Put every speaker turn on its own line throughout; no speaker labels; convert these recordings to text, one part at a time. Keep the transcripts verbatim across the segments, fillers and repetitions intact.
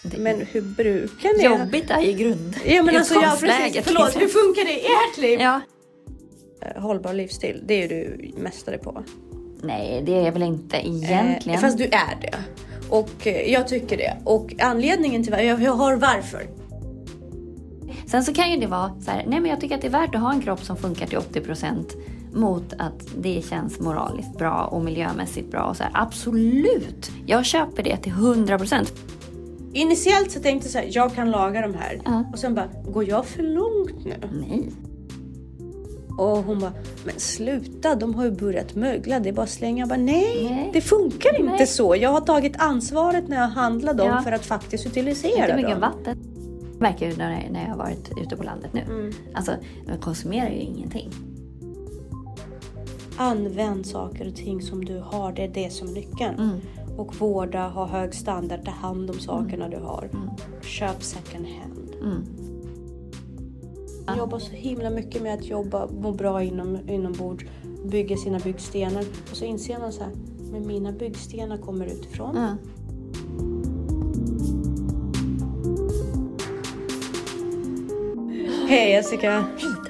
Men hur brukar ni?
Jobbigt är ju grund.
Ja, men alltså, ja, precis. Förlåt, hur funkar det i ert liv?
Ja.
Hållbar livsstil, det är du mästare på.
Nej, det är jag väl inte egentligen.
Eh, fast du är det. Och eh, jag tycker det. Och anledningen till jag, jag har varför.
Sen så kan ju det vara så här, nej men jag tycker att det är värt att ha en kropp som funkar till åttio procent mot att det känns moraliskt bra och miljömässigt bra. Och så här, absolut, jag köper det till hundra procent.
Initiellt så tänkte jag så här, jag kan laga de här.
Uh.
Och sen bara, går jag för långt nu?
Nej.
Och hon bara, men sluta, de har ju börjat mögla. Det är bara att slänga. Jag bara, nej,
nej,
det funkar inte
nej.
så. Jag har tagit ansvaret när jag handlar dem ja. för att faktiskt utilisera
dem. Det är mycket
dem.
vatten. Det märker ju när jag, när jag har varit ute på landet nu.
Mm.
Alltså, jag konsumerar ju ingenting.
Använd saker och ting som du har. Det är det som är nyckeln.
Mm.
Och vårda, ha hög standard, ta hand om sakerna
mm.
du har.
Mm.
Köp second hand.
Mm.
Jag jobbar så himla mycket med att jobba, må bra inom, inombords, bygga sina byggstenar. Och så inser man så här, men mina byggstenar kommer utifrån.
Mm.
Hej Jessica.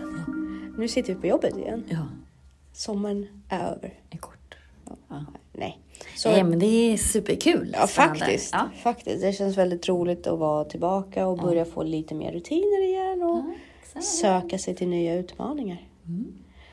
Nu sitter vi på jobbet igen.
Ja.
Sommaren är över.
Är kort.
Ja.
Ja.
Nej. Så,
Nej, men det är superkul.
Ja, faktiskt.
Ja.
faktiskt. Det känns väldigt roligt att vara tillbaka och börja ja. få lite mer rutiner igen. Och ja, söka sig till nya utmaningar.
Mm.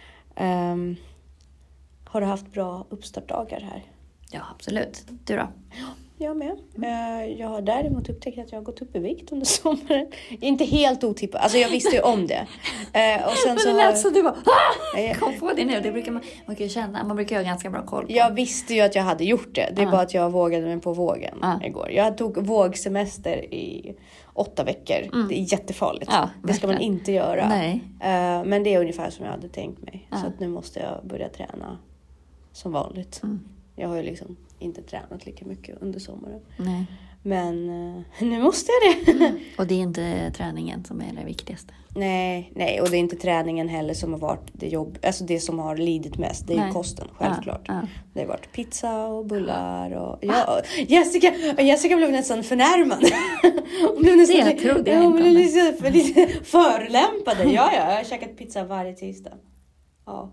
Um, har du haft bra uppstartdagar här?
Ja, absolut. Du då?
Ja. Jag med. Mm. Jag har däremot upptäckt att jag har gått upp i vikt under sommaren. Inte helt otippat. Alltså jag visste ju om det. Och sen så
det lät så du bara,
ah!
kom på det nu. Det brukar man, man kan ju känna, man brukar ha ganska bra koll på.
Jag visste ju att jag hade gjort det. Det är
uh.
bara att jag vågade mig på vågen uh. igår. Jag tog vågsemester i åtta veckor. Mm. Det är jättefarligt.
Ja,
det ska man inte göra.
Nej.
Men det är ungefär som jag hade tänkt mig.
Uh.
Så att nu måste jag börja träna som vanligt.
Mm.
Jag har ju liksom inte tränat lika mycket under sommaren.
Nej.
Men uh, nu måste jag det.
Mm. Och det är inte träningen som är det viktigaste.
Nej, nej, och det är inte träningen heller som har varit det jobb, alltså det som har lidit mest. Det är nej. kosten, självklart.
Ja, ja.
Det har varit pizza och bullar och ja, Jessica, Jessica blev nästan förnärmad. Hon blev nästan,
det trodde jag
hon
inte.
Hon blev lite, lite förolämpade. Ja, ja, jag har käkat pizza varje tisdag. Ja.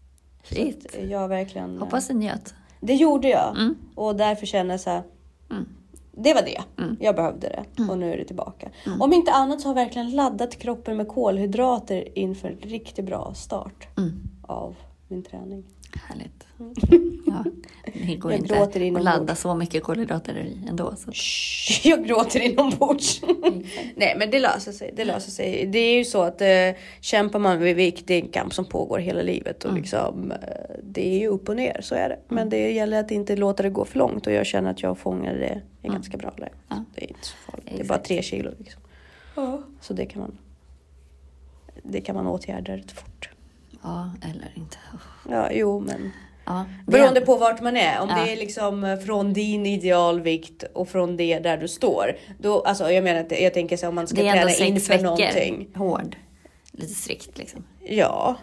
Shit.
Jag verkligen.
Hoppas det njöt.
Det gjorde jag.
Mm.
Och därför känner jag så här.
Mm.
Det var det.
Mm.
Jag behövde det.
Mm.
Och nu är det tillbaka.
Mm.
Om inte annat så har jag verkligen laddat kroppen med kolhydrater inför en riktigt bra start
mm.
av min träning.
Härligt.
Mm.
Ja, det går
jag
inte att ladda
bord.
så mycket kolhydrater i ändå. Så.
Shh, jag gråter inombords. Mm. Nej, men det löser sig. Det löser sig. Det är ju så att eh, kämpar man med vikt, det är en kamp som pågår hela livet. Och mm. liksom, eh, det är ju upp och ner, så är det. Men det gäller att inte låta det gå för långt. Och jag känner att jag fångar det i mm. ganska bra läge.
Ja.
Det är inte så farligt. Det är bara tre kilo liksom. Ja. Så det kan man det kan man åtgärda rätt fort.
Ja, eller inte.
Ja, jo, men
ja,
beroende på vart man är. Om
ja.
det är liksom från din idealvikt och från det där du står. Då, alltså, jag menar, jag tänker så om man ska träna in för någonting.
Hård. Lite strikt liksom.
Ja.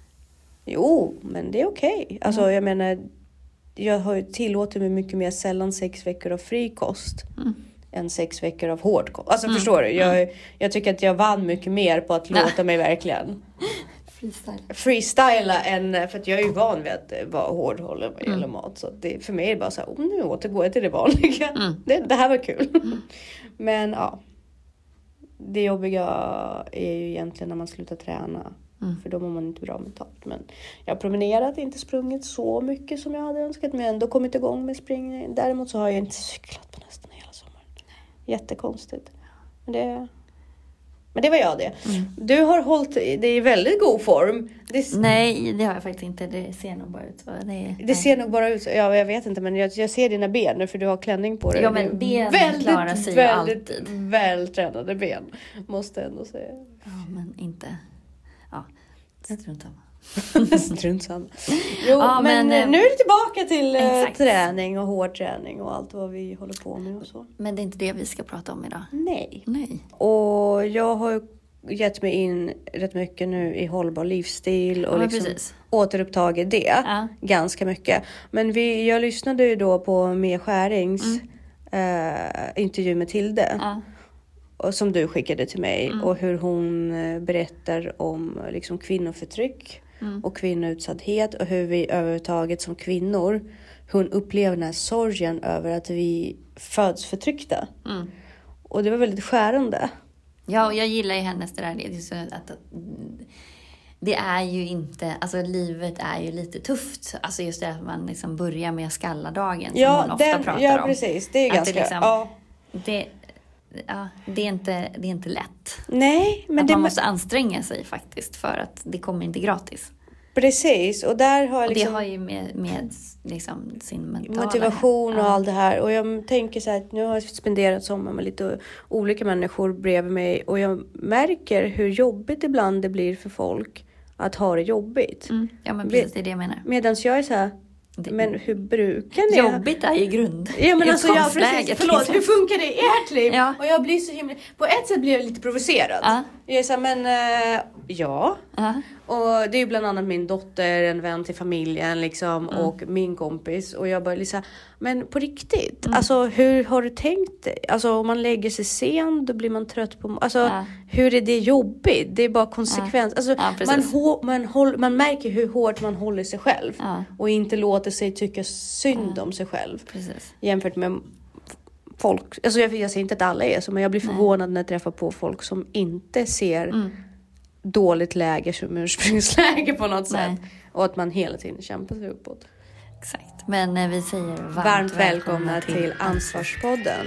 Jo, men det är okej. Okay. Alltså, mm. jag menar, jag har ju tillåtit mig mycket mer sällan sex veckor av fri kost. Mm. Än sex veckor av hård kost. Alltså mm. förstår du? Jag, mm. jag tycker att jag vann mycket mer på att låta ja. mig verkligen
freestyle.
freestyla än, för att jag är ju van vid att vara hårdhållen vad gäller mm. mat. Så det, för mig är det bara så här, oh, nu återgår jag till det vanliga. Mm. Det, det här var kul. Mm. Men ja, det jobbiga är ju egentligen när man slutar träna. Mm. För då mår man inte bra mentalt. Men jag har promenerat, inte sprungit så mycket som jag hade önskat. Men ändå kommit igång med springning. Däremot så har jag inte cyklat på nästan hela sommaren. Jättekonstigt. Men det, men det var jag det. Mm. Du har hållit det i väldigt god form. Det,
nej, det har jag faktiskt inte. Det ser nog bara ut så. Det,
det ser nog bara ut så. Ja, jag vet inte. Men jag, jag ser dina ben nu för du har klänning på dig.
Ja, men ben
väldigt,
klarar sig
väldigt
alltid.
Vältränade ben. Måste ändå säga.
Ja, men inte. Ja, strunt samma.
Strunt samma. Jo, ja, men, men nu är det tillbaka till exakt. träning och hård träning och allt vad vi håller på med och så.
Men det är inte det vi ska prata om idag.
Nej.
Nej.
Och jag har gett mig in rätt mycket nu i hållbar livsstil och
ja,
liksom
precis.
återupptagit det
ja.
ganska mycket. Men vi, jag lyssnade ju då på Mia Skärings mm. uh, intervju med Tilde.
Ja.
Och som du skickade till mig.
Mm.
Och hur hon berättar om liksom, kvinnoförtryck. Mm. Och kvinnoutsatthet. Och hur vi överhuvudtaget som kvinnor. Hon upplever den här sorgen över att vi föds förtryckta. Mm. Och det var väldigt skärande.
Ja, och jag gillar ju hennes det där. Det är, så att, att, det är ju inte... Alltså livet är ju lite tufft. Alltså just det att man liksom börjar med skalladagen. Som
ja,
man ofta
den,
pratar
ja,
om.
precis. Det är
att
ganska...
Det, liksom,
ja.
det, ja, det, är inte, det är inte lätt.
Nej, men
att
det...
man måste anstränga sig faktiskt. För att det kommer inte gratis.
Precis, och där har jag liksom...
Och det har ju med, med liksom sin mentala...
motivation och
ja.
allt det här. Och jag tänker så här att nu har jag spenderat sommar med lite olika människor bredvid mig. Och jag märker hur jobbigt ibland det blir för folk att ha det jobbigt.
Mm. Ja, men precis, det är det jag menar.
Medan jag är så här... Det, men hur brukar ni...
Jobbigt är ju grund.
Ja, men alltså jag precis, förlåt, liksom. Hur funkar det i ert liv?
Ja.
Och jag blir så himla... På ett sätt blir jag lite provocerad.
Ja.
Jag är så här, men äh, ja.
Ja.
Och det är ju bland annat min dotter, en vän till familjen liksom, mm. och min kompis. Och jag bara liksom, men på riktigt, mm. alltså hur har du tänkt dig? Alltså om man lägger sig sen, då blir man trött på... Alltså ja. Hur är det jobbigt? Det är bara konsekvens. Ja. Alltså,
ja,
man, man, håll, man märker hur hårt man håller sig själv.
Ja. Och
inte låter sig tycka synd ja. om sig själv.
Precis.
Jämfört med folk. Alltså jag, jag säger inte att alla är så, men jag blir förvånad Nej. när jag träffar på folk som inte ser... Mm. dåligt läge som ursprungsläge på något
Nej.
sätt. Och att man hela tiden kämpar sig uppåt.
Exakt. Men vi säger varmt,
varmt välkomna, välkomna till, till Ansvarspodden.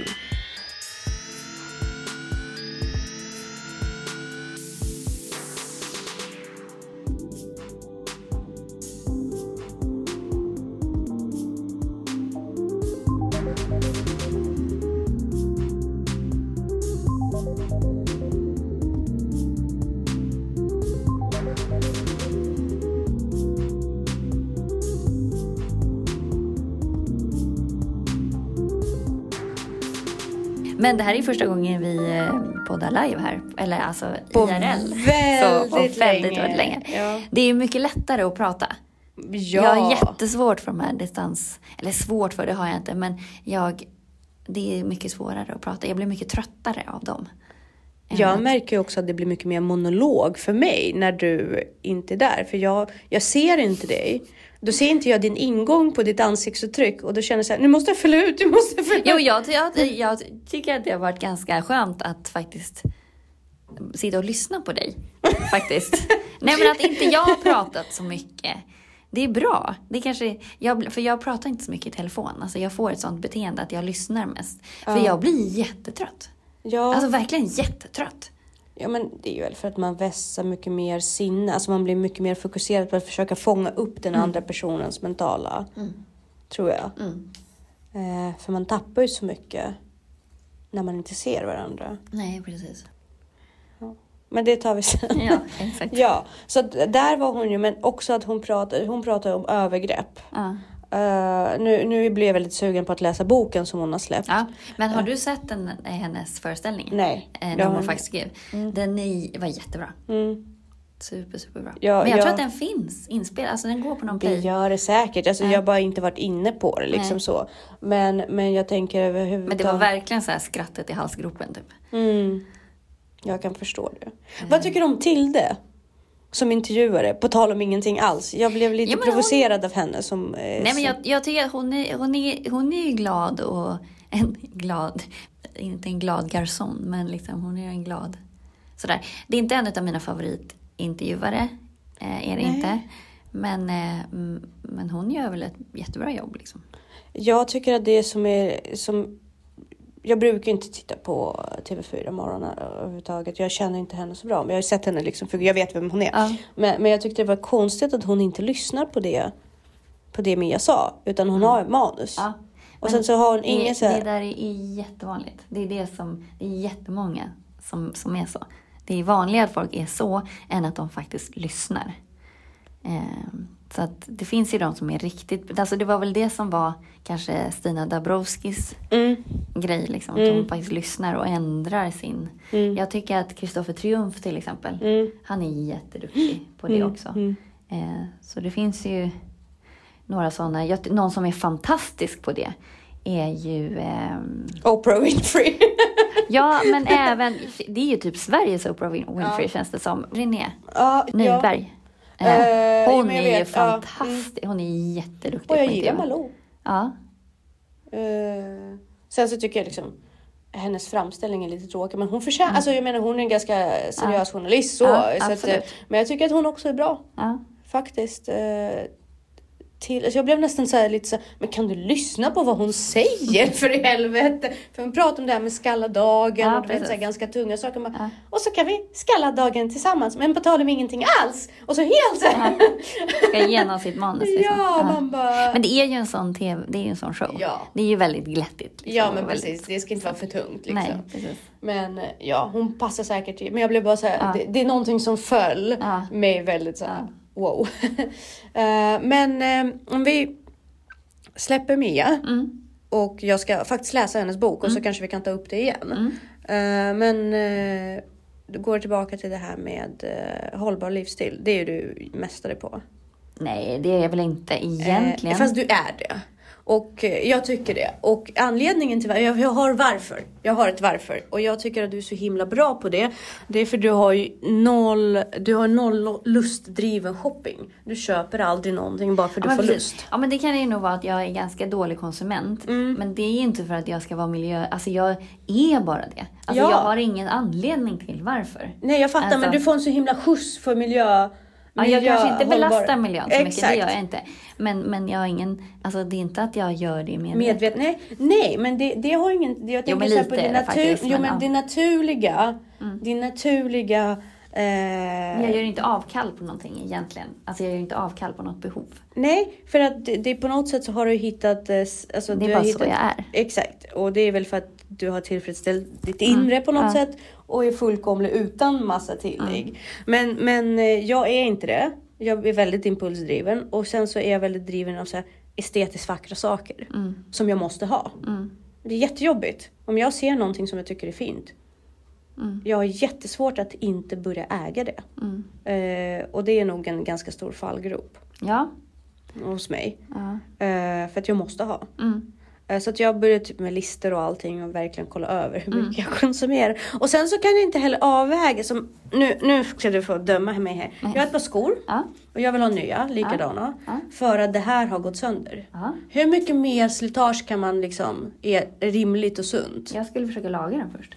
Men det här är första gången vi poddar live här. Eller alltså
på
I R L.
Väldigt,
så, på väldigt,
länge.
väldigt länge.
Ja.
Det är mycket lättare att prata.
Ja.
Jag har jättesvårt för de här distans... Eller svårt för det har jag inte. Men jag, det är mycket svårare att prata. Jag blir mycket tröttare av dem.
Jag att... märker också att det blir mycket mer monolog för mig när du inte är där. För jag, jag ser inte dig. Då ser inte jag din ingång på ditt ansiktsuttryck. Och då känner jag så här, nu måste jag följa ut, du måste följa ut.
Jo, jag, jag, jag tycker att det har varit ganska skönt att faktiskt sitta och lyssna på dig. Faktiskt. Nej, men att inte jag har pratat så mycket. Det är bra. Det kanske, jag, för jag pratar inte så mycket i telefon. Alltså jag får ett sånt beteende att jag lyssnar mest. För ja. jag blir jättetrött. Ja. Alltså verkligen jättetrött.
Ja, men det är ju väl för att man vässar mycket mer sinne. Alltså man blir mycket mer fokuserad på att försöka fånga upp den mm. andra personens mentala. Mm. Tror jag. Mm. Eh, för man tappar ju så mycket när man inte ser varandra.
Nej, precis.
Ja. Men det tar vi sen.
Ja, exakt.
Ja, så där var hon ju, men också att hon pratade, hon pratade om övergrepp. Ja. Uh, nu, nu blir jag väldigt sugen på att läsa boken som hon har släppt.
Ja, men har du sett den, hennes föreställning?
Nej.
Eh, när hon faktiskt skrev. Mm. Den är, var jättebra. Mm. Super, superbra.
Ja,
men jag
ja.
tror att den finns inspelad. Alltså den går på någon play.
Det gör det säkert. Alltså, ja. Jag har bara inte varit inne på det. Liksom så. Men, men jag tänker överhuvudtaget...
Men det var verkligen så här skrattet i halsgropen typ.
Mm. Jag kan förstå det. Mm. Vad tycker du om Tilde? Som intervjuare, på tal om ingenting alls. Jag blev lite ja, provocerad hon... av henne. Som, eh,
Nej, men jag, jag tycker att hon är, hon, är, hon är glad och en glad, inte en glad garçon, men liksom, hon är en glad. Sådär. Det är inte en av mina favoritintervjuare, eh, är det Nej. inte. Men, eh, men hon gör väl ett jättebra jobb. Liksom.
Jag tycker att det som är... Som... Jag brukar inte titta på T V fyra morgonen överhuvudtaget. Jag känner inte henne så bra. Men jag har sett henne liksom, för jag vet vem hon är. Ja. Men, men jag tyckte det var konstigt att hon inte lyssnar på det på det Mia sa. Utan hon mm. har ett manus. Ja. Och sen så har hon ingen så här...
Det där är jättevanligt. Det är det som, det är jättemånga som, som är så. Det är vanligare att folk är så än att de faktiskt lyssnar. Ehm. Så att det finns ju de som är riktigt... Alltså det var väl det som var kanske Stina Dabrowskis mm. grej. Liksom, att mm. hon faktiskt lyssnar och ändrar sin... Mm. Jag tycker att Kristoffer Triumf till exempel, mm. han är jätteduktig på det mm. också. Mm. Eh, så det finns ju några sådana... Jag, någon som är fantastisk på det är ju... Ehm...
Oprah Winfrey.
Ja, men även... Det är ju typ Sveriges Oprah Winfrey, ja. Känns det som. René
ja,
Nyberg.
Ja.
Eh, hon
uh,
är
vet,
ju fantastisk.
Uh,
hon är jätteduktig.
Och jag gillar Malou.
Ja.
Uh, sen så tycker jag liksom... hennes framställning är lite tråkig, men hon förtjänar, mm. alltså jag menar hon är en ganska seriös ja. journalist så,
ja,
så att, men jag tycker att hon också är bra.
Ja.
Faktiskt. Eh, till, alltså jag blev nästan så här lite så här, men kan du lyssna på vad hon säger för i helvete? För hon pratar om det här med skalladagen
ja,
och det är så här ganska tunga saker. Man,
ja.
Och så kan vi skalladagen tillsammans, men på tal om ingenting alls. Och så helt så här.
Ja. Ska igenom sitt manus. Liksom.
Ja,
ja,
man bara...
Men det är ju en sån tv, det är ju en sån show.
Ja.
Det är ju väldigt glättigt.
Liksom, ja, men precis. Väldigt... Det ska inte vara för tungt. Liksom.
Nej, precis.
Men ja, hon passar säkert i. Men jag blev bara så här, ja. det, det är någonting som föll ja. mig väldigt så här, ja. wow. uh, men uh, om vi släpper Mia
mm.
och jag ska faktiskt läsa hennes bok och
mm.
så kanske vi kan ta upp det igen.
Mm.
Uh, men uh, du går tillbaka till det här med uh, hållbar livsstil. Det är ju du mästare på.
Nej, det är jag väl inte egentligen.
Uh, fast du är det. Och jag tycker det. Och anledningen till jag, jag har varför. Jag har ett varför. Och jag tycker att du är så himla bra på det. Det är för du har ju noll, du har noll lustdriven shopping. Du köper aldrig någonting bara för att ja, du får precis. lust.
Ja, men det kan ju nog vara att jag är ganska dålig konsument.
Mm.
Men det är inte för att jag ska vara miljö... Alltså jag är bara det. Alltså
ja.
jag har ingen anledning till varför.
Nej, jag fattar. Alltså, men du får en så himla skjuts för miljö...
Ja, jag kanske inte belastar miljön så mycket,
Exakt.
det gör jag inte. Men, men jag har ingen, alltså det är inte att jag gör det medvetet.
Medvet, nej, nej, men det, det har ingen, jag tänker
jo, men
så här
lite
på det, natur,
faktiskt,
jo, men
ja.
det naturliga,
mm.
det naturliga. Eh,
men jag gör inte avkall på någonting egentligen. Alltså jag gör inte avkall på något behov.
Nej, för att det, det på något sätt så har du hittat, alltså
det är
du
bara
har hittat,
så jag är.
Exakt, och det är väl för att du har tillfredsställt ditt inre mm. på något ja. sätt och är fullkomlig utan massa tillägg. Mm. Men, men jag är inte det. Jag är väldigt impulsdriven. Och sen så är jag väldigt driven av så här estetiskt vackra saker.
Mm.
Som jag måste ha.
Mm.
Det är jättejobbigt. Om jag ser någonting som jag tycker är fint.
Mm.
Jag har jättesvårt att inte börja äga det.
Mm.
Eh, och det är nog en ganska stor fallgrop.
Ja.
Hos mig.
Ja.
Eh, för att jag måste ha.
Mm.
Så att jag började typ med listor och allting och verkligen kolla över hur mycket
mm.
jag konsumerar. Och sen så kan jag inte heller avväga. Som, nu, nu ska du få döma mig här. Jag har ett par skor
ja.
och jag vill ha nya, likadana.
Ja. Ja.
För att det här har gått sönder.
Ja.
Hur mycket mer slitage kan man liksom, är rimligt och sunt?
Jag skulle försöka laga den först.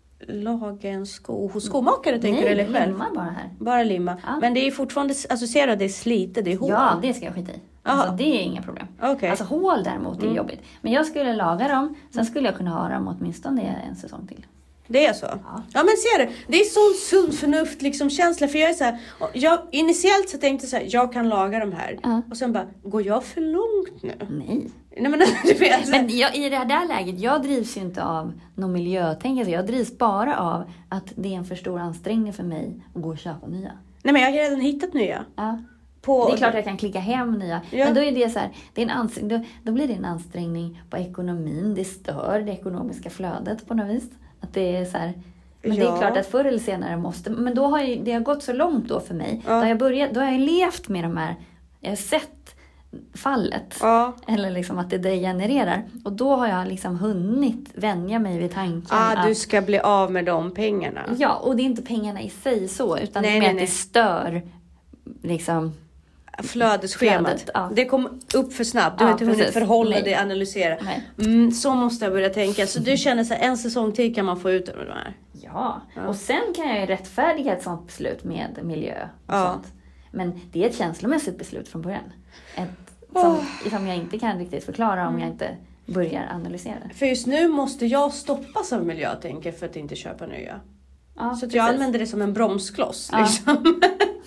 Laga en sko hos skomakare tänker du eller själv?
Nej, limma bara här.
Bara limma.
Ja.
Men det är fortfarande, alltså ser du att det är slitet, det är hål.
Ja, det ska jag skita i. Alltså, det är inga problem.
Okay.
Alltså hål däremot är mm. jobbigt. Men jag skulle laga dem. Sen skulle jag kunna ha dem åtminstone en säsong till.
Det är så?
Ja.
Ja, men ser du. Det är sån sund förnuft liksom känsla. För jag är så här, jag initiellt så tänkte så här, jag kan laga de här.
Ja.
Och sen bara, går jag för långt nu?
Nej.
Nej men du vet.
Men jag, i det här läget, jag drivs ju inte av någon miljötänk. Alltså, jag drivs bara av att det är en för stor ansträngning för mig att gå och köpa nya.
Nej men jag har redan hittat nya.
Ja.
På...
Det är klart att jag kan klicka hem nya.
Ja.
Men då är det så här, det är en ansträngning, då, då blir det en ansträngning på ekonomin. Det stör det ekonomiska flödet på något vis. Att det är så här, men ja. det är klart att förr eller senare måste. Men då har ju, det har gått så långt då för mig. Ja. Då, har jag börjat, då har jag levt med de här, jag har sett fallet.
Ja.
Eller liksom att det degenererar. Och då har jag liksom hunnit vänja mig vid tanken
ah,
att
du ska bli av med de pengarna.
Ja, och det är inte pengarna i sig så. Utan
nej,
det är
nej,
att
nej.
det stör liksom
flödesschemat.
Flödet, ja.
Det kom upp för snabbt. Du
ja,
har inte hunnit
precis.
förhålla
nej.
dig, analysera.
Mm,
så måste jag börja tänka. Så du känner så här, en säsong till kan man få ut av de här.
Ja. ja, och sen kan jag ju rättfärdiga ett sånt beslut med miljö och
ja.
sånt. Men det är ett känslomässigt beslut från början. Ett, som, oh. som jag inte kan riktigt förklara om mm. jag inte börjar analysera det.
För just nu måste jag stoppas av miljötänker för att inte köpa nya.
Ja,
så att jag använder det som en bromskloss.
Ja.
Liksom.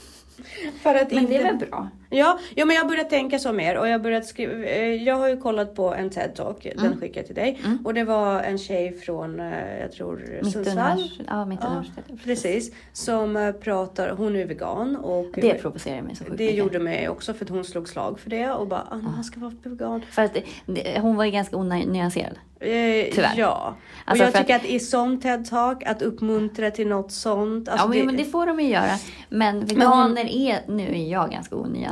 För att
men
inte...
det är väl bra?
Ja, ja, men jag har börjat tänka så mer. Och jag, har börjat skriva, jag har ju kollat på en TED-talk. Den
mm.
skickade jag till dig.
Mm.
Och det var en tjej från, jag tror, Sundsvall.
Ja, Mittenuniversitetet.
Ja, precis. Som pratar, hon är vegan. Och
det provocerar mig så sjukt.
Det mycket. Gjorde mig också för att hon slog slag för det. Och bara, ah, man ska vara vegan.
För att det, hon var ju ganska onyanserad.
Eh,
Tyvärr.
Ja. Och
alltså
jag tycker att,
att
i sån TED-talk att uppmuntra till något sånt. Alltså
ja, men
det...
men det får de ju göra. Men veganer men hon... är, nu är jag ganska onyanserad.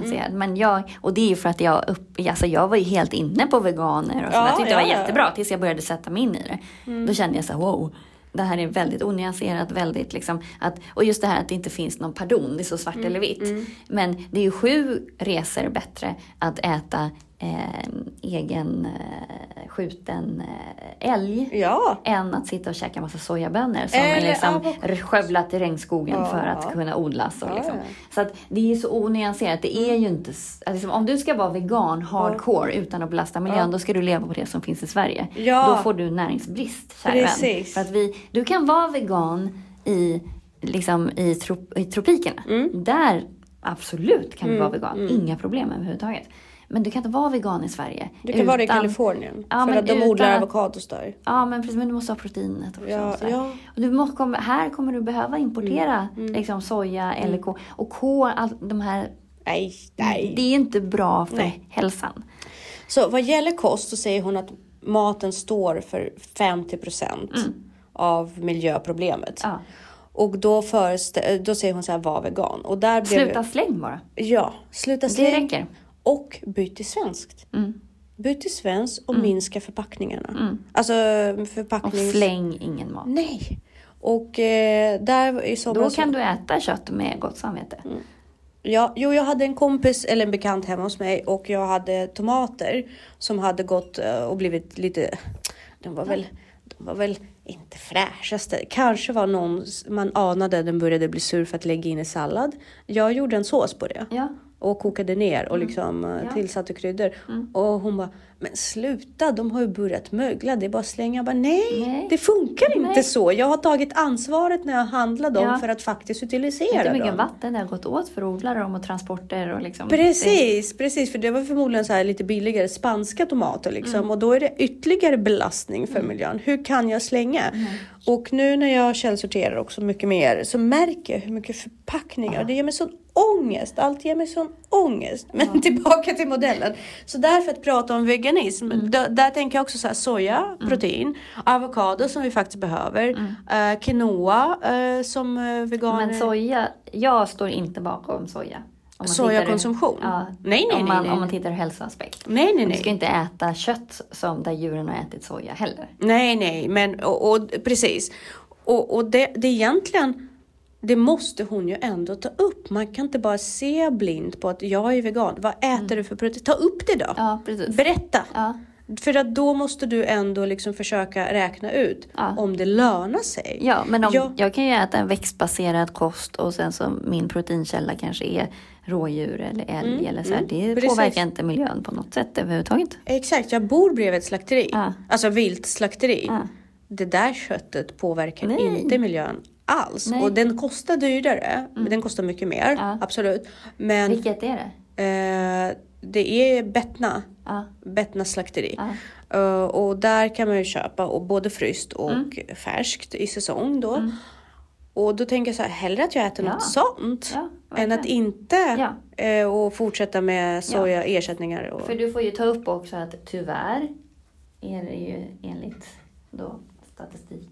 onyanserad. Mm. Men jag, och det är ju för att jag, upp, alltså jag var ju helt inne på veganer. Och så.
Ja,
jag tyckte
ja,
det var
ja.
jättebra tills jag började sätta mig in i det.
Mm.
Då kände jag så här, wow. Det här är väldigt onyanserat, väldigt liksom att, och just det här att det inte finns någon pardon, det är så svart mm, eller vitt. Mm. Men det är ju sju resor bättre att äta eh, egen eh, skjuten eh, älg
ja.
än att sitta och käka massa sojabönor som
eller,
är liksom
ja,
skövlat i regnskogen
ja,
för att
ja.
kunna odlas. Och
ja,
liksom.
ja.
Så att det är så onyanserat. Det är ju inte, liksom, om du ska vara vegan hardcore ja. utan att belasta miljön, ja. då ska du leva på det som finns i Sverige. Ja. Då får du näringsbrist, kära vän. För att vi, du kan vara vegan i, liksom, i, trop, i tropikerna. Mm. Där absolut kan du mm. vara vegan. Mm. Inga problem överhuvudtaget. Men du kan inte vara vegan i Sverige.
Du kan utan, vara det i Kalifornien.
Ja,
för att de
utan,
odlar avokados där.
Ja, men precis. Men du måste ha proteinet också.
Ja, ja.
Och du måste komma, här kommer du behöva importera mm. Mm. Liksom, soja mm. eller ko. Och ko, all, de här...
Nej, nej.
Det är inte bra för
nej.
hälsan.
Så vad gäller kost så säger hon att maten står för femtio procent mm. av miljöproblemet. Ja. Och då, först, då säger hon så här, var vegan. Och där blev
sluta släng bara.
Ja, sluta släng.
Det räcker.
Och byt till svenskt. Mm. Byt till svenskt och mm. minska förpackningarna. Mm. Alltså förpacknings...
Och släng ingen mat.
Nej. Och eh, där i somras...
Då kan du äta kött med gott samvete. Mm.
Ja, jo, jag hade en kompis eller en bekant hemma hos mig. Och jag hade tomater som hade gått och blivit lite... De var väl... De var väl inte fräschaste. Kanske var någon... Man anade att den började bli sur för att lägga in i sallad. Jag gjorde en sås på det.
Ja.
Och kokade ner och liksom mm. ja. tillsatte kryddor. Mm. Och hon bara, men sluta, de har ju börjat mögla. Det är bara att slänga. Jag bara, nej, nej. det funkar nej. inte så. Jag har tagit ansvaret när jag handlar dem ja. för att faktiskt utilisera dem. Det är mycket
dem. vatten det har gått åt för att odla dem och transporter. Och liksom,
precis, det... precis. För det var förmodligen så här lite billigare spanska tomater. Liksom. Mm. Och då är det ytterligare belastning för mm. miljön. Hur kan jag slänga? Mm. Och nu när jag källsorterar också mycket mer så märker jag hur mycket förpackningar. Ja. Det ger mig sån ångest. Allt ger mig sån ångest. Men ja. tillbaka till modellen. Så därför att prata om veganism. Mm. Där, där tänker jag också så här, soja, mm. protein. Avokado som vi faktiskt behöver. Mm. Uh, quinoa uh, som uh, veganer.
Men soja, jag står inte bakom soja.
Sojakonsumtion?
Ja,
nej, nej,
om, man,
nej, nej.
om man tittar ur hälsoaspekt.
Nej, nej, nej.
Du ska inte äta kött som där djuren har ätit soja heller.
Nej, nej. Men, och, och, precis. Och, och det, det egentligen... Det måste hon ju ändå ta upp. Man kan inte bara se blind på att jag är vegan. Vad äter mm. du för protein? Ta upp det då.
Ja, precis.
Berätta.
Ja.
För att då måste du ändå liksom försöka räkna ut ja. om det lönar sig.
Ja, men om, jag... jag kan ju äta en växtbaserad kost och sen så min proteinkälla kanske är rådjur eller älg mm. eller så här. Det mm. påverkar inte miljön på något sätt överhuvudtaget.
Exakt, jag bor bredvid ett slakteri.
Ja.
Alltså vilt slakteri.
Ja.
Det där köttet påverkar
Nej.
inte miljön alls.
Nej.
Och den kostar dyrare. Mm. Men den kostar mycket mer.
Ja.
Absolut. Men,
vilket är det?
Eh, det är Bettna.
Ja.
Bettna slakteri.
Ja.
Uh, och där kan man ju köpa och både fryst och mm. färskt i säsong då. Mm. Och då tänker jag så här, hellre att jag äter
ja.
något sånt.
Ja,
än att inte
ja.
uh, och fortsätta med soja
ja.
ersättningar. Och...
För du får ju ta upp också att tyvärr är det ju enligt då statistik.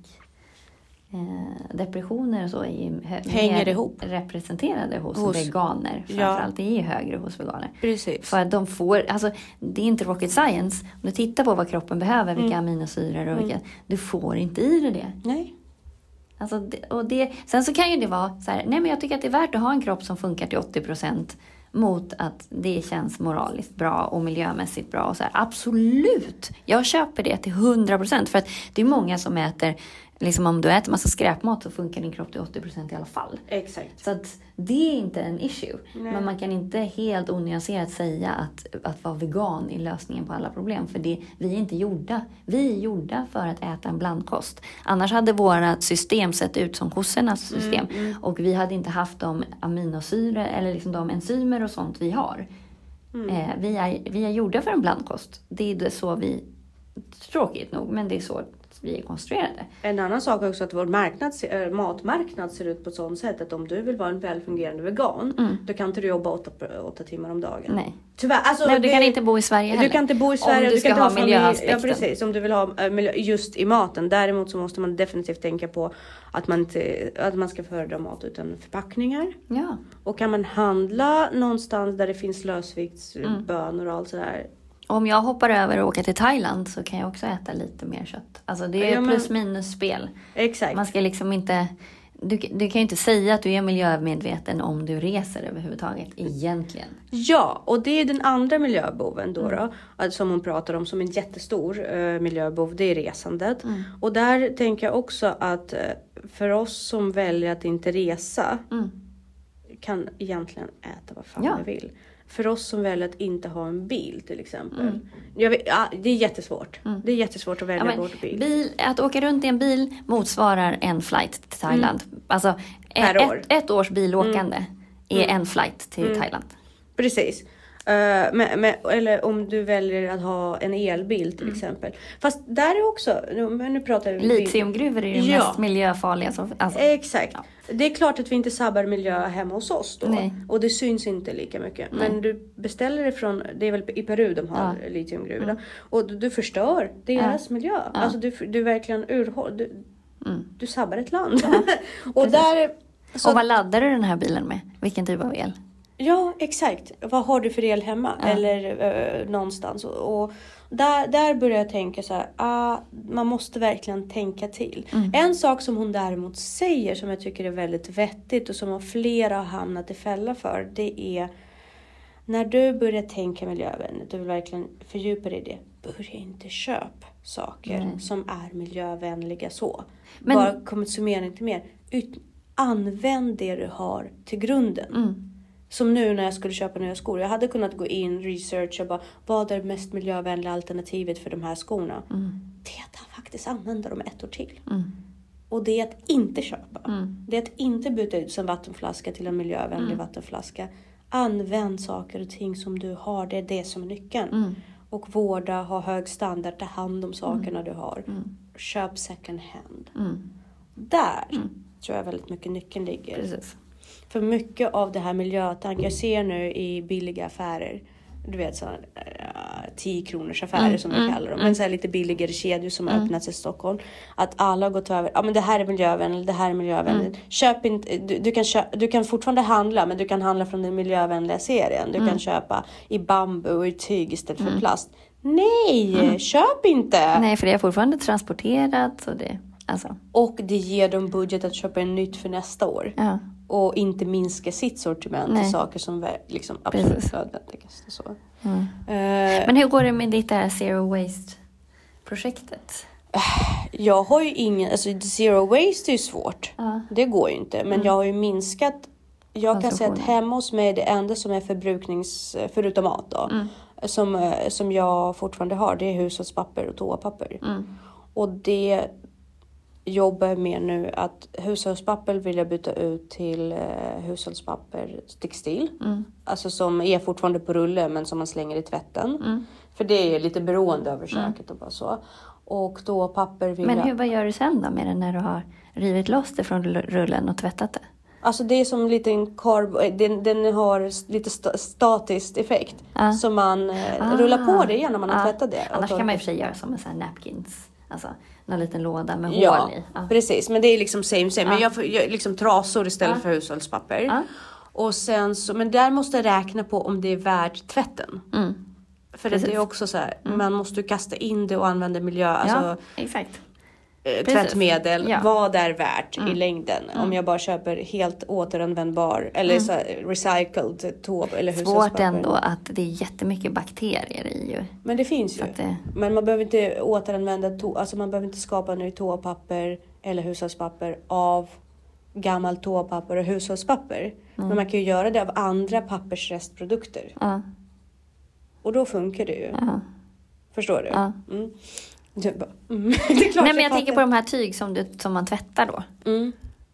Eh, depressioner och så är ju hö-
hänger ihop
representerade hos, hos veganer.
Ja.
Framförallt det är ju högre hos veganer.
Precis.
För att de får, alltså det är inte rocket science. Om du tittar på vad kroppen behöver, vilka mm. aminosyror och vilka, mm. du får inte i dig det.
Nej.
Alltså det, och det, sen så kan ju det vara så här, nej men jag tycker att det är värt att ha en kropp som funkar till åttio procent mot att det känns moraliskt bra och miljömässigt bra och så här. Absolut, jag köper det till hundra procent för att det är många som äter, liksom om du äter massa skräpmat så funkar din kropp till åttio procent i alla fall.
Exakt.
Så att det är inte en issue.
Nej.
Men man kan inte helt onyanserat säga att, att vara vegan är lösningen på alla problem. För det, vi är inte gjorda. Vi är gjorda för att äta en blandkost. Annars hade våra system sett ut som kossornas system. Mm, mm. Och vi hade inte haft de aminosyror eller liksom de enzymer och sånt vi har. Mm. Eh, vi, är, vi är gjorda för en blandkost. Det är det så vi, tråkigt nog, men det är så vi är konstruerade.
En annan sak är också att vår marknad, äh, matmarknad ser ut på ett sådant sätt att om du vill vara en välfungerande vegan, mm. då kan inte du jobba åtta, åtta timmar om dagen.
Nej.
Tyvärr, alltså,
Nej, du
det,
kan inte bo i Sverige heller.
Du kan inte bo i Sverige.
Om du,
du
ska
kan
ha
ha
miljöaspekten.
Ja, precis. Om du vill ha äh, miljö just i maten. Däremot så måste man definitivt tänka på att man, inte, att man ska föredra mat utan förpackningar.
Ja.
Och kan man handla någonstans där det finns lösviktsbönor mm. och allt sådär.
Om jag hoppar över och åker till Thailand så kan jag också äta lite mer kött. Alltså det är ja, men, plus minus spel.
Exakt.
Man ska liksom inte... Du, du kan ju inte säga att du är miljömedveten om du reser överhuvudtaget, egentligen.
Ja, och det är den andra miljöboven då, mm. då som hon pratar om som en jättestor uh, miljöbov, det är resandet. Mm. Och där tänker jag också att uh, för oss som väljer att inte resa mm. kan egentligen äta vad fan
ja.
vi vill. För oss som väljer att inte ha en bil till exempel. Mm. Jag vet, ja, det är jättesvårt. Mm. Det är jättesvårt att välja ja, bort bil.
bil. Att åka runt i en bil motsvarar en flight till Thailand. Mm. Alltså
per
ett,
år.
ett års bilåkande mm. är mm. en flight till mm. Thailand.
Precis. Uh, med, med, eller om du väljer att ha en elbil till mm. exempel. Fast där är också, nu, nu pratar vi...
Litiumgruvor är ju ja. mest miljöfarliga. Som, alltså.
Exakt. Ja. Det är klart att vi inte sabbar miljö hemma hos oss då. Nej. Och det syns inte lika mycket. Nej. Men du beställer det från, det är väl i Peru de har ja. litiumgruvor. Mm. Och du, du förstör deras ja. miljö. Ja. Alltså du, du verkligen urhåll, du, mm. du sabbar ett land. Ja. och, där,
så, och vad laddar du den här bilen med? Vilken typ av el?
Ja, exakt. Vad har du för el hemma? Ja. Eller uh, någonstans. Och, och där, där börjar jag tänka så här. Uh, man måste verkligen tänka till. Mm. En sak som hon däremot säger som jag tycker är väldigt vettigt. Och som flera har hamnat i fälla för. Det är. När du börjar tänka miljövänligt. Du vill verkligen fördjupa dig i det. Börja inte köpa saker mm. som är miljövänliga så. Men, bara konsumera inte mer. Ut, använd det du har till grunden. Mm. Som nu när jag skulle köpa nya skor. Jag hade kunnat gå in, researcha bara, vad är det mest miljövänliga alternativet för de här skorna. Mm. Det är att faktiskt använda dem ett år till. Mm. Och det är att inte köpa. Mm. Det är att inte byta ut en vattenflaska till en miljövänlig mm. vattenflaska. Använd saker och ting som du har. Det är det som är nyckeln. Mm. Och vårda, ha hög standard, ta hand om sakerna mm. du har. Mm. Köp second hand. Mm. Där mm. tror jag väldigt mycket nyckeln ligger.
Precis.
För mycket av det här miljötank jag ser nu i billiga affärer. Du vet sådana uh, tio kronors affärer mm, som vi mm, kallar dem. Men så här lite billigare kedjor som har mm. öppnats i Stockholm. Att alla har gått över. Ja men det här är miljövänligt. Det här är miljövänligt. Mm. Köp inte, du, du, kan köpa, du kan fortfarande handla. Men du kan handla från den miljövänliga serien. Du mm. kan köpa i bambu och i tyg istället för mm. plast. Nej, mm. köp inte.
Nej, för det är fortfarande transporterat. Och det, alltså.
Och det ger dem budget att köpa en nytt för nästa år. Ja. Och inte minska sitt sortiment Nej. till saker som är liksom absolut nödvändigaste. Så. Mm. Uh,
Men hur går det med ditt där Zero Waste-projektet?
Jag har ju ingen... Alltså Zero Waste är ju svårt. Uh. Det går ju inte. Men mm. jag har ju minskat... Jag kan säga att hemma hos mig det enda som är förbruknings... Förutom mat då. Mm. Som, som jag fortfarande har. Det är hushållspapper och toapapper. Mm. Och det... jobbar med nu att hushållspapper vill jag byta ut till eh, hushållspapper textil. Mm. Alltså som är fortfarande på rulle men som man slänger i tvätten. Mm. För det är lite beroende över köket mm. och bara så. Och då papper vill
Men
jag...
hur, vad gör du sen då med det när du har rivit loss det från rullen och tvättat det?
Alltså det är som en liten karb... Den, den har lite st- statisk effekt. Ah. Så man eh, ah. rullar på det igen när man har ah. tvättat det.
Annars kan man i och för sig göra som en sån här napkins. Alltså en liten låda med
ja,
hål i. Ja,
precis. Men det är liksom same same. Ja. Men jag får jag, liksom trasor istället ja. för hushållspapper. Ja. Och sen så, men där måste jag räkna på om det är värt tvätten. Mm. För det är också så här, mm. man måste kasta in det och använda miljö. Alltså,
ja, exakt.
Eh, tvättmedel, ja. vad det är värt mm. i längden. Mm. Om jag bara köper helt återanvändbar eller mm. så här, recycled tåb eller hushållspapper.
Svårt ändå att det är jättemycket bakterier i ju.
Men det finns ju. Det... Men man behöver inte återanvända, to- alltså man behöver inte skapa ny toapapper eller hushållspapper av gammalt toapapper och hushållspapper. Mm. Men man kan ju göra det av andra pappersrestprodukter. Mm. Och då funkar det ju. Mm. Förstår du? Mm. Mm. Det bara, mm. det är klart.
Nej, men jag, jag tänker på de här tyg som, du, som man tvättar då. Mm.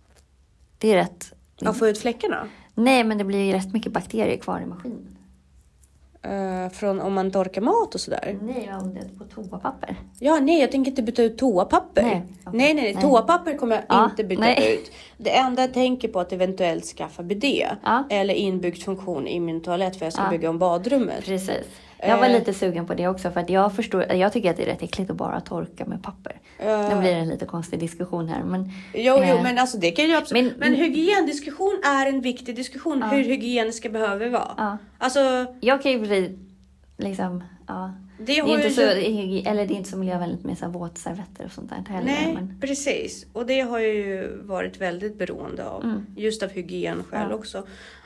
Det är rätt...
Att få ut fläckarna?
Nej, men det blir ju rätt mycket bakterier kvar i maskinen.
Uh, från om man torkar mat och sådär.
Nej, om det är på toapapper.
Ja, nej, jag tänker inte byta ut toapapper. Nej, okay. nej, nej, nej. Toapapper kommer jag ja, inte byta nej. ut. Det enda jag tänker på är att eventuellt skaffa bidé. Ja. Eller inbyggd funktion i min toalett för jag ska ja. bygga om badrummet.
Precis. Jag var lite sugen på det också för att jag förstår, jag tycker att det är rätt äckligt att bara torka med papper. Uh, nu blir det en lite konstig diskussion här. Men,
jo, eh, jo, men alltså det kan ju absolut. Men, men hygiendiskussion är en viktig diskussion. Uh, hur hygieniska behöver vara. Uh,
alltså, jag kan ju bli liksom, ja. Det, det, är inte så, ju... eller det är inte så miljövänligt med så här våtservetter och sånt där heller.
Nej,
men...
precis. Och det har jag ju varit väldigt beroende av. Mm. Just av hygien själv ja. också.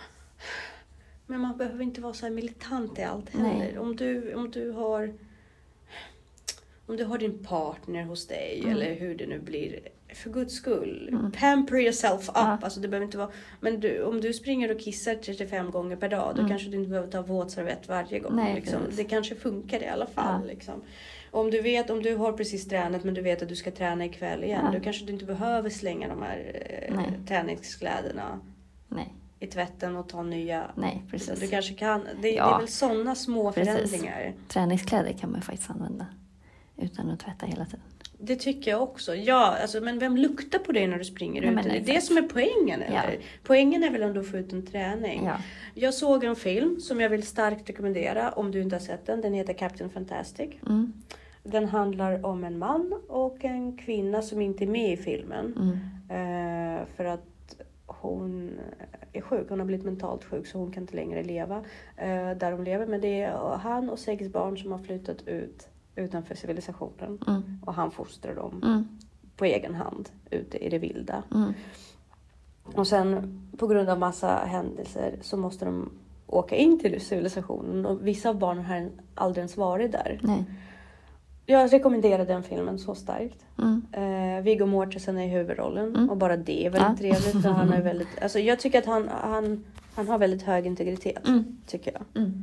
Men man behöver inte vara så här militant i allt heller. Om du, om du har om du har din partner hos dig mm. eller hur det nu blir, för guds skull, mm. pamper yourself up. Ja. Alltså det behöver inte vara, men du, om du springer och kissar trettiofem gånger per dag, då mm. kanske du inte behöver ta våtservett varje gång. Nej, liksom. Det kanske funkar i alla fall. Ja. Liksom. Om du vet, om du har precis tränat men du vet att du ska träna ikväll igen, ja. då kanske du inte behöver slänga de här eh, träningskläderna. Nej. I tvätten och ta nya.
Nej, precis.
Du kanske kan. Det, ja. det är väl sådana små precis. förändringar.
Träningskläder kan man faktiskt använda utan att tvätta hela tiden.
Det tycker jag också. Ja, alltså, men vem luktar på dig när du springer ut? Det är det som är poängen, eller? Ja. Poängen är väl om du får ut en träning. Ja. Jag såg en film som jag vill starkt rekommendera om du inte har sett den. Den heter Captain Fantastic. Mm. Den handlar om en man och en kvinna som inte är med i filmen. Mm. Uh, för att hon är sjuk, hon har blivit mentalt sjuk så hon kan inte längre leva eh, där de lever. Men det är han och sex barn som har flyttat ut utanför civilisationen. Mm. Och han fostrar dem mm. på egen hand ute i det vilda. Mm. Och sen på grund av massa händelser så måste de åka in till civilisationen. Och vissa av barnen har aldrig ens varit där. Nej. Jag rekommenderar den filmen så starkt. Mm. Uh, Viggo Mortensen är i huvudrollen. Mm. Och bara det är väldigt ja. trevligt. För han är väldigt, alltså jag tycker att han, han, han har väldigt hög integritet. Mm. Tycker jag. Mm.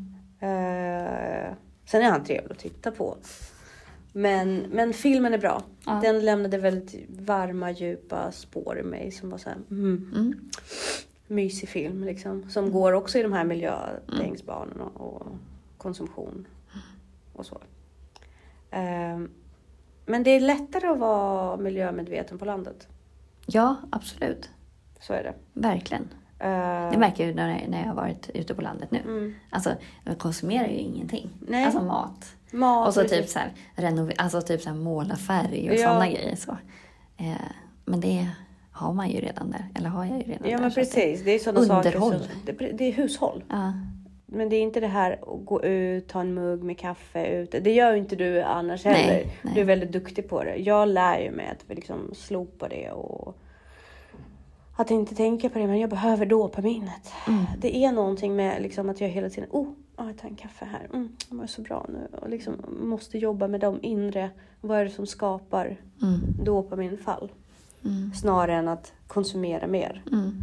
Uh, sen är han trevlig att titta på. Men, men filmen är bra. Ja. Den lämnade väldigt varma, djupa spår i mig. Som var så här, mm, mm. mysig film liksom. Som mm. går också i de här miljötängsbanorna mm. och, och konsumtion. Och så. Men det är lättare att vara miljömedveten på landet.
Ja, absolut.
Så är det.
Verkligen. Uh, det märker jag när, när jag har varit ute på landet nu. Mm. Alltså, jag konsumerar ju ingenting. Nej. Alltså mat. mat och så typ så här, renover- alltså typ så här måla färg och ja. sådana grejer. Så. Uh, men det har man ju redan där. Eller har jag ju redan
ja,
där.
Men precis. Det, det är sådana underhåll. Saker som, det, det är hushåll. Uh. Men det är inte det här att gå ut, ta en mugg med kaffe ute. Det gör ju inte du annars heller. Nej, nej. Du är väldigt duktig på det. Jag lär ju mig att liksom slopa det och att inte tänka på det. Men jag behöver dopaminet. Mm. Det är någonting med liksom att jag hela tiden, oh, jag tar en kaffe här. Mm, jag mår så bra nu. Och liksom måste jobba med de inre. Vad är det som skapar mm. dopaminfall? Mm. Snarare än att konsumera mer.
Mm.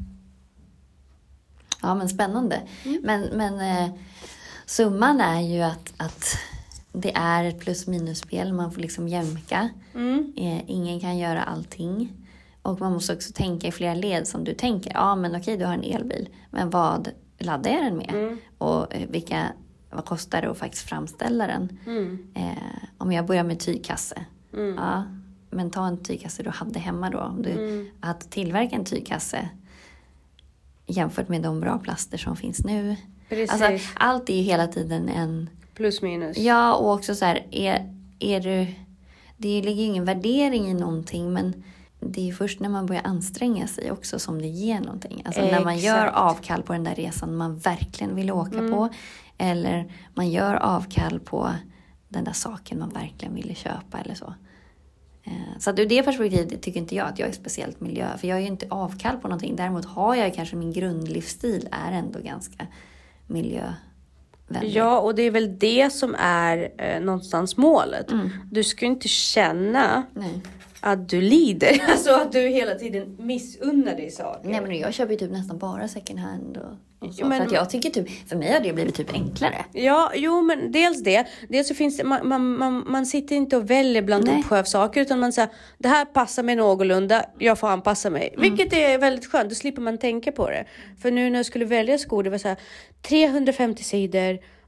Ja, men spännande. Mm. Men, men eh, summan är ju att, att det är ett plus minus-spel. Man får liksom jämka. Mm. Eh, ingen kan göra allting. Och man måste också tänka i flera led som du tänker. Ja, men okej, du har en elbil. Men vad laddar jag den med? Mm. Och eh, vilka, vad kostar det att faktiskt framställa den? Mm. Eh, om jag börjar med tygkasse. Mm. Ja, men ta en tygkasse du hade hemma då. Om du mm. att tillverka en tygkasse jämfört med de bra plaster som finns nu. Precis. Alltså, allt är ju hela tiden en...
Plus minus.
Ja, och också så här, är, är du... Det ligger ju ingen värdering i någonting, men det är ju först när man börjar anstränga sig också som det ger någonting. Alltså Exakt. När man gör avkall på den där resan man verkligen vill åka mm. på. Eller man gör avkall på den där saken man verkligen ville köpa eller så. Så att ur det perspektivet tycker inte jag att jag är speciellt miljö. För jag är ju inte avkall på någonting. Däremot har jag kanske min grundlivsstil är ändå ganska miljövänlig.
Ja, och det är väl det som är eh, någonstans målet. Mm. Du ska inte känna Nej. att du lider. Alltså att du hela tiden missunnar dig saker.
Nej, men jag köper ju typ nästan bara second hand och... Så, men, för att jag tycker typ, för mig har det blivit typ enklare.
Ja, jo men dels det. Dels så finns det, man, man, man, man sitter inte och väljer bland uppsjösaker utan man säger, det här passar mig någorlunda, jag får anpassa mig. Mm. Vilket är väldigt skönt, då slipper man tänka på det. För nu när jag skulle välja skor, det var så här, trehundrafemtio sidor,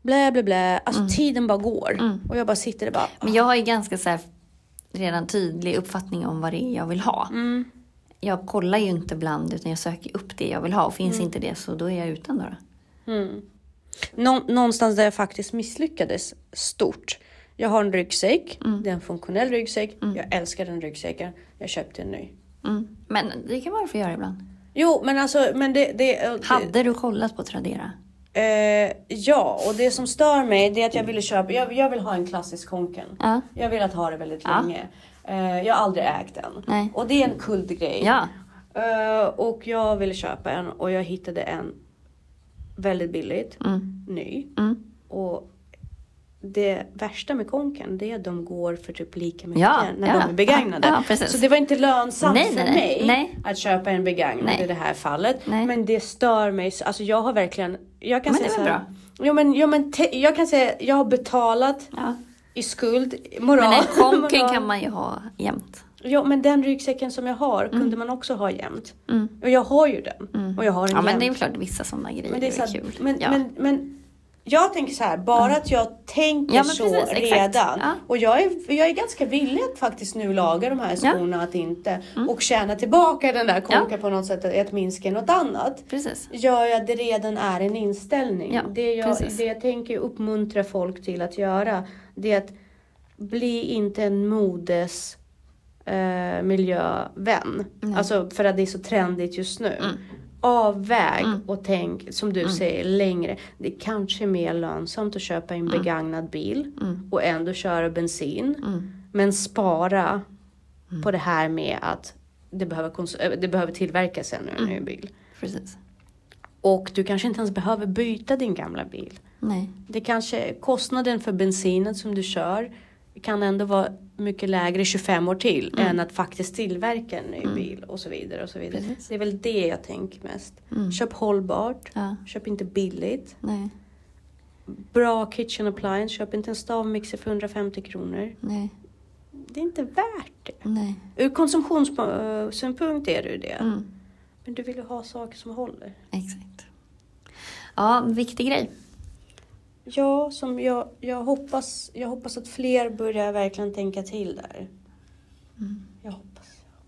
Blä, blä, blä. Alltså
Mm.
tiden bara går.
Mm.
Och jag bara sitter där bara...
Men jag har ju ganska så här, redan tydlig uppfattning om vad det är jag vill ha.
Mm.
Jag kollar ju inte bland utan jag söker upp det jag vill ha. Och finns
Mm.
inte det så då är jag utan då. då.
Mm. Nå- någonstans där jag faktiskt misslyckades stort. Jag har en ryggsäck.
Mm.
Det är en funktionell ryggsäck.
Mm.
Jag älskar den ryggsäcken. Jag köpte en ny.
Mm. Men det kan man få göra ibland.
Jo, men alltså... Men det, det, det,
Hade du kollat på Tradera?
Eh, ja, och det som stör mig det är att jag ville köpa... Jag, jag vill ha en klassisk Konken.
Ja.
Jag vill att ha det väldigt
Ja.
länge. Eh, jag har aldrig ägt den.
Nej.
Och det är en kuldgrej.
Ja.
Eh, och jag ville köpa en och jag hittade en väldigt billigt.
Mm.
Ny.
Mm.
Och det värsta med Konken det är att de går för typ lika mycket
Ja,
när
ja,
de är begagnade.
ja, ja, precis.
Så det var inte lönsamt
Nej,
för
nej, nej.
mig
Nej.
att köpa en begagnad
Nej.
i det här fallet.
Nej.
Men det stör mig. så- Alltså jag har verkligen... Jag kan
Men
säga
det är
så
väl
här,
bra?
Jo men, jo, men te, jag kan säga jag har betalat
Ja.
i skuld. Moral.
Men en Konken
moral.
kan man ju ha jämt.
Ja, men den ryggsäcken som jag har kunde man också ha jämt.
Mm.
Och jag har ju den.
Mm.
Och jag har den
Ja, men
jämt.
det är klart vissa sådana grejer
Men det är, så
är
här,
kul.
men,
ja.
men, men jag tänker så här, bara att jag tänker
Ja, men
så
precis, exakt.
redan.
Ja.
Och jag är, jag är ganska villig att faktiskt nu laga de här skorna, att inte.
Mm.
Och tjäna tillbaka den där konka
Ja.
på något sätt, att minska något annat.
Precis.
Gör jag det redan är en inställning.
Ja,
det, jag,
precis.
det jag tänker uppmuntra folk till att göra, det är att bli inte en modes eh, miljövän.
Nej.
Alltså för att det är så trendigt just nu.
Mm.
Avväg
Mm.
och tänk, som du
Mm.
säger, längre. Det är kanske mer lönsamt att köpa en begagnad bil
Mm.
och ändå köra bensin.
Mm.
Men spara på det här med att det behöver, kons- äh, det behöver tillverkas en
Mm.
ny bil.
Precis.
Och du kanske inte ens behöver byta din gamla bil.
Nej.
Det kanske, kostnaden för bensinen som du kör kan ändå vara mycket lägre tjugofem år till
Mm.
än att faktiskt tillverka en ny
Mm.
bil och så vidare och så vidare.
Precis.
Det är väl det jag tänker mest.
Mm.
Köp hållbart,
Ja.
köp inte billigt.
Nej.
Bra kitchen appliance, köp inte en stavmixer för hundrafemtio kronor.
Nej.
Det är inte värt det.
Nej.
Ur konsumtionssynpunkt är det ju det.
Mm.
Men du vill ju ha saker som håller.
Exakt. Ja, en viktig grej.
Ja, som jag, jag, hoppas, jag hoppas att fler börjar verkligen tänka till där.
Mm.
Jag hoppas.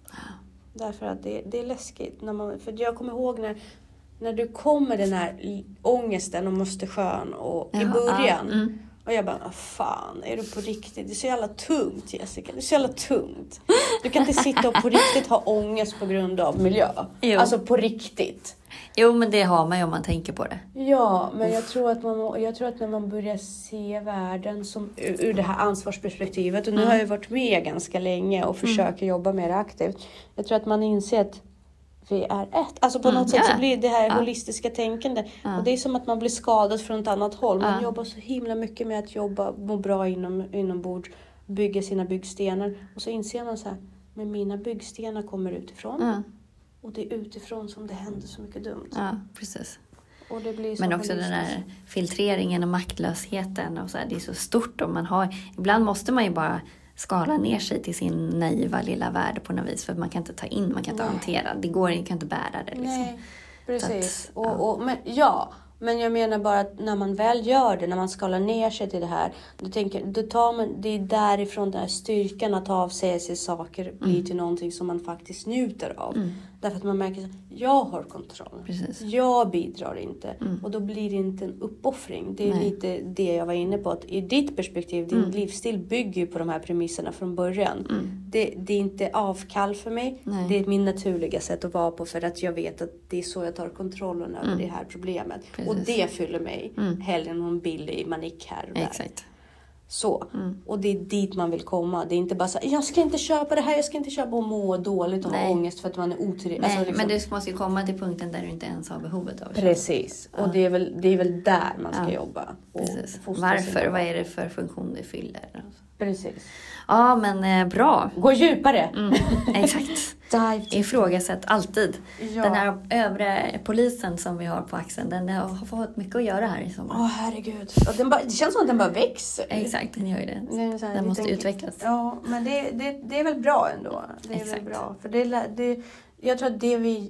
Därför att det, det är läskigt. När man, för jag kommer ihåg när, när du kommer den här l- ångesten om Östersjön och i
Jaha,
början.
ja, mm.
Och jag bara, vad fan, är du på riktigt? Det är så jävla tungt, Jessica. Det är så jävla tungt. Du kan inte sitta och på riktigt ha ångest på grund av miljö.
Jo.
Alltså på riktigt.
Jo, men det har man ju om man tänker på det.
Ja, men jag tror att man, jag tror att när man börjar se världen som, ur, ur det här ansvarsperspektivet. Och nu
Mm.
har jag varit med ganska länge och försöker jobba mer aktivt. Jag tror att man inser att vi är ett. Alltså på
Mm,
något sätt
ja.
så blir det här
Ja.
holistiska tänkande.
Ja.
Och det är som att man blir skadad från ett annat håll. Man
Ja.
jobbar så himla mycket med att jobba, må bra inom, inombords. Bygga sina byggstenar. Och så inser man så här, men mina byggstenar kommer utifrån.
Ja,
Och det är utifrån som det händer så mycket dumt.
ja precis.
Och det blir så
Men också den
holistiskt.
där filtreringen och maktlösheten. Och så här, det är så stort. Och man har, ibland måste man ju bara skala ner sig till sin naiva lilla värld på något vis. För man kan inte ta in, man kan inte
Nej.
hantera. Det går, man kan inte bära det. Liksom.
Nej, precis.
Så att, ja.
och, och, men, ja, men jag menar bara att när man väl gör det, när man skalar ner sig till det här, då tänker, då tar man, det är därifrån den här styrkan att ta av sig sig saker blir till någonting som man faktiskt njuter av.
Mm.
Därför att man märker att jag har kontroll.
Precis.
Jag bidrar inte.
Mm.
Och då blir det inte en uppoffring. Det är
Nej.
lite det jag var inne på. Att i ditt perspektiv, din
Mm.
livsstil bygger ju på de här premisserna från början.
Mm.
Det, det är inte avkall för mig.
Nej.
Det är min naturliga sätt att vara på. För att jag vet att det är så jag tar kontrollen över
Mm.
det här problemet.
Precis.
Och det fyller mig.
Mm.
Hellre än någon billig manik här och där.
Exakt.
Så.
Mm.
Och det är dit man vill komma. Det är inte bara så här, jag ska inte köpa det här, jag ska inte köpa och må dåligt och
Nej.
ha ångest för att man är otillräcklig.
Nej,
Alltså, liksom-
men du måste ju komma till punkten där du inte ens har behovet av det.
Precis. Och det är, väl, det är väl där man ska
Ja.
jobba. Och
Precis.
fostra
Varför?
sina
Vad
barn.
är det för funktion det fyller?
Precis.
Ja, men eh, bra.
Gå djupare.
Mm, exakt.
Dive.
Ifrågasätt alltid.
Ja.
Den här övre polisen som vi har på axeln, den har fått mycket att göra här i sommar.
Åh, herregud. Ja, den bara, det känns som att den bara växer.
Exakt, den gör ju det.
Det är så här,
Den
vi
måste
tänker-
utvecklas.
Ja, men det, det, det är väl bra ändå. Det är
Exakt.
väl bra. För det, lä- det, jag tror att det vi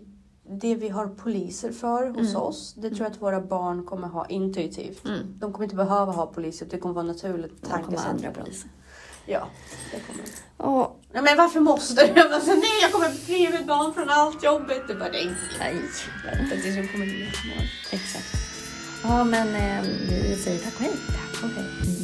det vi har poliser för hos
Mm.
oss, det tror jag att våra barn kommer ha intuitivt.
Mm.
De kommer inte behöva ha poliser, det kommer vara naturligt
De kommer
tankesätt.
andra
för dem.
poliser.
Ja, det kommer.
Och,
Ja, men varför måste du? Jag bara, nej, jag kommer bli med barn från allt jobbet. Det bara, det är inte
nej.
vänta tills jag kommer in.
Exakt. Ja, men eh, vi säger tack och hej.
Okej.